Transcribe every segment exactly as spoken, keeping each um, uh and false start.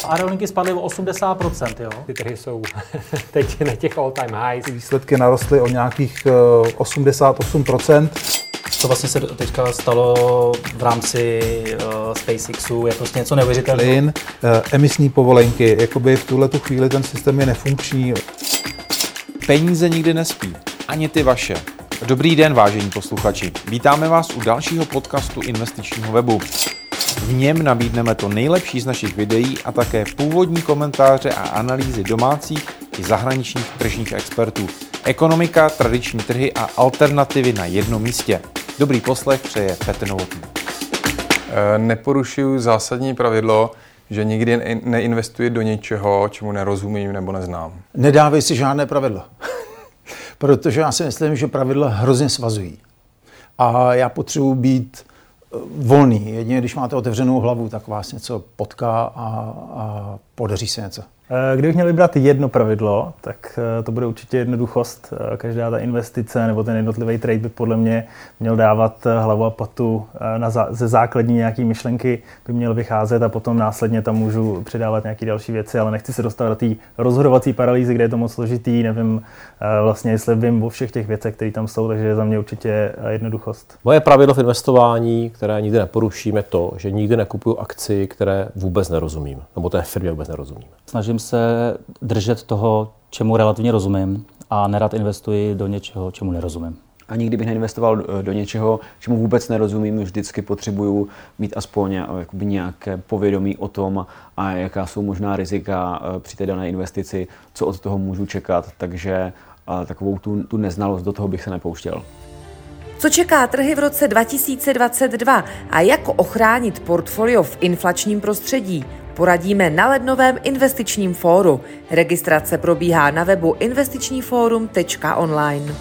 Aerolinky spadly o osmdesát procent, jo. Ty trhy jsou teď na těch all time highs. Výsledky narostly o nějakých osmdesát osm procent. Co vlastně se teďka stalo v rámci uh, SpaceXu, je prostě něco neuvěřitelného. Plyn, uh, emisní povolenky, jakoby v tuhletu chvíli ten systém je nefunkční. Peníze nikdy nespí, ani ty vaše. Dobrý den, vážení posluchači. Vítáme vás u dalšího podcastu investičního webu. V něm nabídneme to nejlepší z našich videí a také původní komentáře a analýzy domácích i zahraničních tržních expertů. Ekonomika, tradiční trhy a alternativy na jednom místě. Dobrý poslech přeje Petr Novotný. Neporušuju zásadní pravidlo, že nikdy neinvestuji do něčeho, čemu nerozumím nebo neznám. Nedávej si žádné pravidlo, protože já si myslím, že pravidla hrozně svazují. A já potřebuji být volný. Jedině když máte otevřenou hlavu, tak vás něco potká a, a podaří se něco. Kdybych měl vybrat jedno pravidlo, tak to bude určitě jednoduchost. Každá ta investice nebo ten jednotlivý trade by podle mě měl dávat hlavu a patu na zá, ze základní nějaký myšlenky by měl vycházet a potom následně tam můžu přidávat nějaké další věci, ale nechci se dostat do té rozhodovací paralýzy, kde je to moc složitý, nevím vlastně, jestli vím o všech těch věcech, které tam jsou, takže za mě určitě jednoduchost. Moje pravidlo v investování, které nikdy neporuším, je to, že nikdy nekupuju akci, které vůbec nerozumím, nebo té firmě vůbec nerozumím. Snažím se držet toho, čemu relativně rozumím a nerad investuji do něčeho, čemu nerozumím. A nikdy bych neinvestoval do něčeho, čemu vůbec nerozumím, vždycky potřebuju mít aspoň jakoby nějaké povědomí o tom, a jaká jsou možná rizika při té dané investici, co od toho můžu čekat, takže takovou tu, tu neznalost do toho bych se nepouštěl. Co čeká trhy v roce dva tisíce dvacet dva a jak ochránit portfolio v inflačním prostředí? Poradíme na lednovém investičním fóru. Registrace probíhá na webu investičníforum tečka online.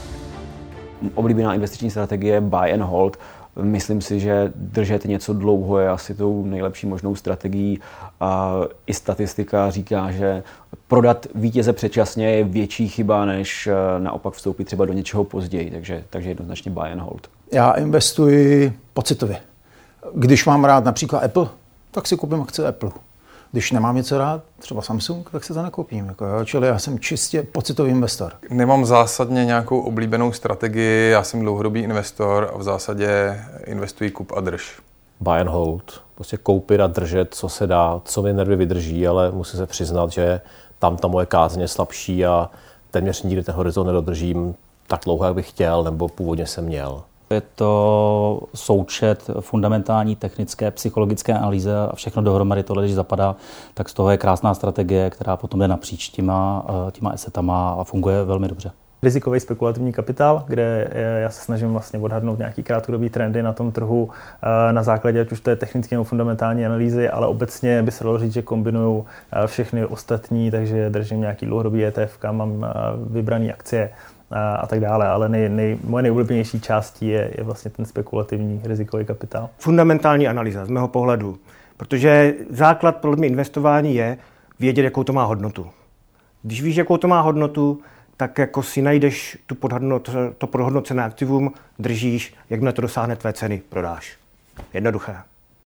Oblíbená investiční strategie buy and hold. Myslím si, že držet něco dlouho je asi tou nejlepší možnou strategií. A i statistika říká, že prodat vítěze předčasně je větší chyba, než naopak vstoupit třeba do něčeho později. Takže, takže jednoznačně buy and hold. Já investuji pocitově. Když mám rád například Apple, tak si koupím akcie Apple. Když nemám něco rád, třeba Samsung, tak se to nekoupím. Jako jo. Čili já jsem čistě pocitový investor. Nemám zásadně nějakou oblíbenou strategii, já jsem dlouhodobý investor a v zásadě investuji kup a drž. Buy and hold. Prostě koupit a držet, co se dá, co mi nervy vydrží, ale musím se přiznat, že tam ta moje kázeň je slabší a téměř nikdy ten horizont nedodržím tak dlouho, jak bych chtěl, nebo původně jsem měl. Je to součet fundamentální, technické, psychologické analýzy a všechno dohromady tohle, když zapadá, tak z toho je krásná strategie, která potom jde napříč těma, těma assetama a funguje velmi dobře. Rizikový spekulativní kapitál, kde já se snažím vlastně odhadnout nějaký krátkodobý trendy na tom trhu na základě, ať už to je technické nebo fundamentální analýzy, ale obecně by se dalo říct, že kombinuju všechny ostatní, takže držím nějaký dlouhodobý E T F, mám vybrané akcie a tak dále, ale nej, nej, moje nejoblíbenější částí je, je vlastně ten spekulativní rizikový kapitál. Fundamentální analýza z mého pohledu, protože základ pro mě investování je vědět, jakou to má hodnotu. Když víš, jakou to má hodnotu, tak jako si najdeš tu podhodnot, to podhodnocené aktivum, držíš, jakmile to dosáhne tvé ceny, prodáš. Jednoduché.